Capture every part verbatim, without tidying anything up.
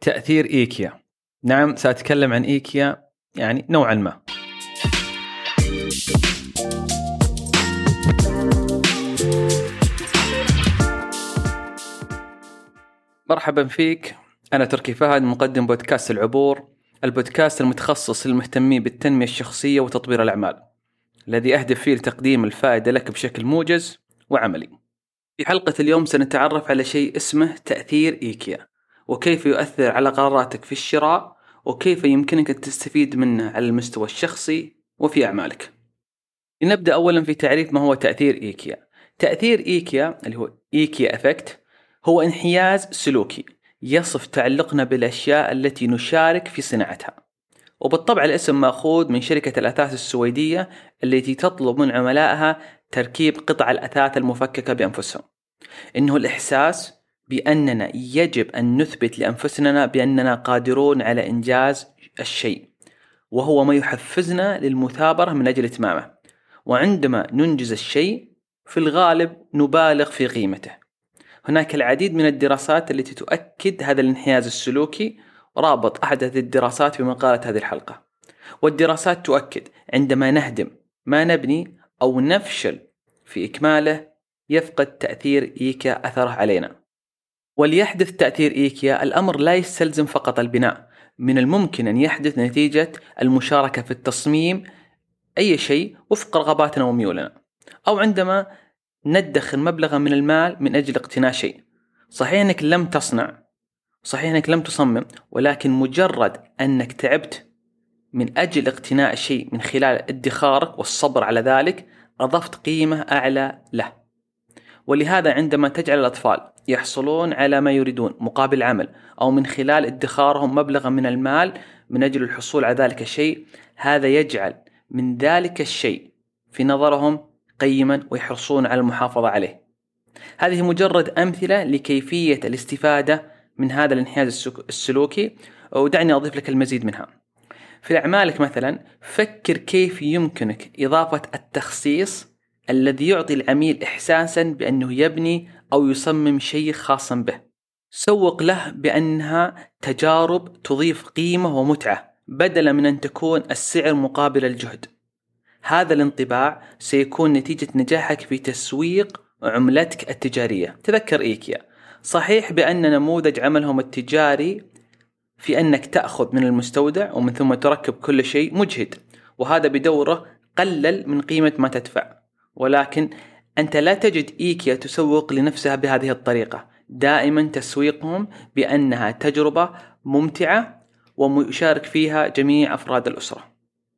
تأثير إيكيا. نعم، سأتكلم عن إيكيا يعني نوعا ما. مرحبا فيك، أنا تركي فهد، مقدم بودكاست العبور، البودكاست المتخصص للمهتمين بالتنمية الشخصية وتطوير الأعمال، الذي أهدف فيه لتقديم الفائدة لك بشكل موجز وعملي. في حلقة اليوم سنتعرف على شيء اسمه تأثير إيكيا، وكيف يؤثر على قراراتك في الشراء، وكيف يمكنك أن تستفيد منه على المستوى الشخصي وفي أعمالك. لنبدأ أولا في تعريف ما هو تأثير إيكيا. تأثير إيكيا اللي هو إيكيا إفكت هو انحياز سلوكي يصف تعلقنا بالأشياء التي نشارك في صناعتها، وبالطبع الاسم مأخوذ من شركة الأثاث السويدية التي تطلب من عملائها تركيب قطع الأثاث المفككة بأنفسهم. إنه الإحساس بأننا يجب أن نثبت لأنفسنا بأننا قادرون على إنجاز الشيء، وهو ما يحفزنا للمثابرة من أجل إتمامه. وعندما ننجز الشيء في الغالب نبالغ في قيمته. هناك العديد من الدراسات التي تؤكد هذا الانحياز السلوكي، رابط أحدث الدراسات في مقالة هذه الحلقة. والدراسات تؤكد عندما نهدم ما نبني أو نفشل في إكماله يفقد تأثير إيكيا أثره علينا. وليحدث تأثير إيكيا الأمر لا يستلزم فقط البناء، من الممكن أن يحدث نتيجة المشاركة في التصميم أي شيء وفق رغباتنا وميولنا، أو عندما ندخر مبلغا من المال من أجل اقتناء شيء. صحيح أنك لم تصنع، صحيح أنك لم تصمم، ولكن مجرد أنك تعبت من أجل اقتناء شيء من خلال ادخارك والصبر على ذلك أضفت قيمة أعلى له. ولهذا عندما تجعل الأطفال يحصلون على ما يريدون مقابل عمل أو من خلال ادخارهم مبلغا من المال من أجل الحصول على ذلك الشيء، هذا يجعل من ذلك الشيء في نظرهم قيما ويحرصون على المحافظة عليه. هذه مجرد أمثلة لكيفية الاستفادة من هذا الانحياز السلوكي، ودعني أضيف لك المزيد منها. في أعمالك مثلا، فكر كيف يمكنك إضافة التخصيص الذي يعطي العميل إحساسا بأنه يبني أو يصمم شيء خاصا به. سوق له بأنها تجارب تضيف قيمة ومتعة بدلا من أن تكون السعر مقابل الجهد. هذا الانطباع سيكون نتيجة نجاحك في تسويق عملتك التجارية. تذكر إيكيا، صحيح بأن نموذج عملهم التجاري في أنك تأخذ من المستودع ومن ثم تركب كل شيء مجهد، وهذا بدوره قلل من قيمة ما تدفع، ولكن أنت لا تجد إيكيا تسوق لنفسها بهذه الطريقة. دائما تسويقهم بأنها تجربة ممتعة ويشارك فيها جميع أفراد الأسرة.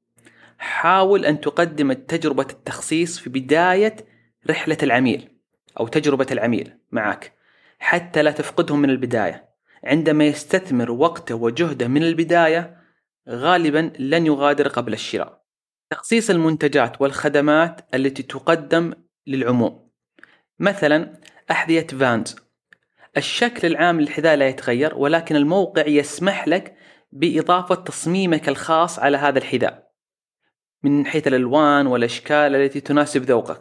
حاول أن تقدم تجربة التخصيص في بداية رحلة العميل أو تجربة العميل معك حتى لا تفقدهم من البداية. عندما يستثمر وقته وجهده من البداية غالبا لن يغادر قبل الشراء. تخصيص المنتجات والخدمات التي تقدم للعموم، مثلا أحذية فانز، الشكل العام للحذاء لا يتغير، ولكن الموقع يسمح لك بإضافة تصميمك الخاص على هذا الحذاء من حيث الألوان والأشكال التي تناسب ذوقك.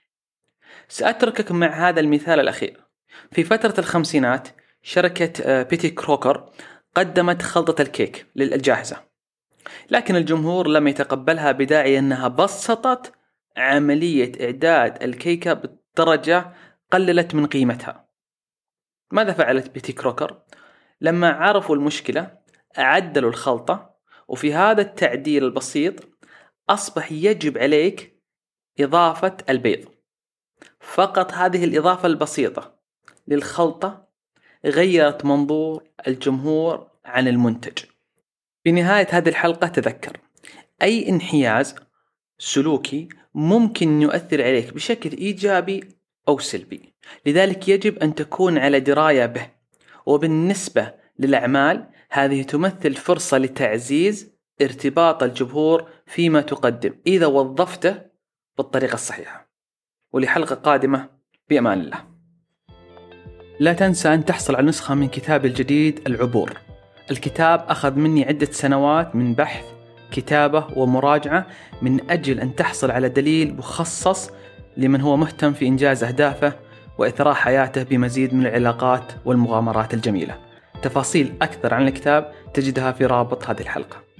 سأتركك مع هذا المثال الأخير. في فترة الخمسينات شركة بيتي كروكر قدمت خلطة الكيك للجاهزة، لكن الجمهور لم يتقبلها بداعي أنها بسطت عملية إعداد الكيكة بالدرجة قللت من قيمتها. ماذا فعلت بيتي كروكر؟ لما عرفوا المشكلة أعدلوا الخلطة، وفي هذا التعديل البسيط أصبح يجب عليك إضافة البيض. فقط هذه الإضافة البسيطة للخلطة غيرت منظور الجمهور عن المنتج. في نهاية هذه الحلقة تذكر، أي انحياز سلوكي ممكن يؤثر عليك بشكل إيجابي أو سلبي، لذلك يجب أن تكون على دراية به. وبالنسبة للأعمال، هذه تمثل فرصة لتعزيز ارتباط الجمهور فيما تقدم إذا وظفته بالطريقة الصحيحة. ولحلقة قادمة بأمان الله. لا تنسى أن تحصل على نسخة من كتابي الجديد العبور. الكتاب أخذ مني عدة سنوات من بحث، كتابة ومراجعة من أجل أن تحصل على دليل مخصص لمن هو مهتم في إنجاز أهدافه وإثراء حياته بمزيد من العلاقات والمغامرات الجميلة. تفاصيل أكثر عن الكتاب تجدها في رابط هذه الحلقة.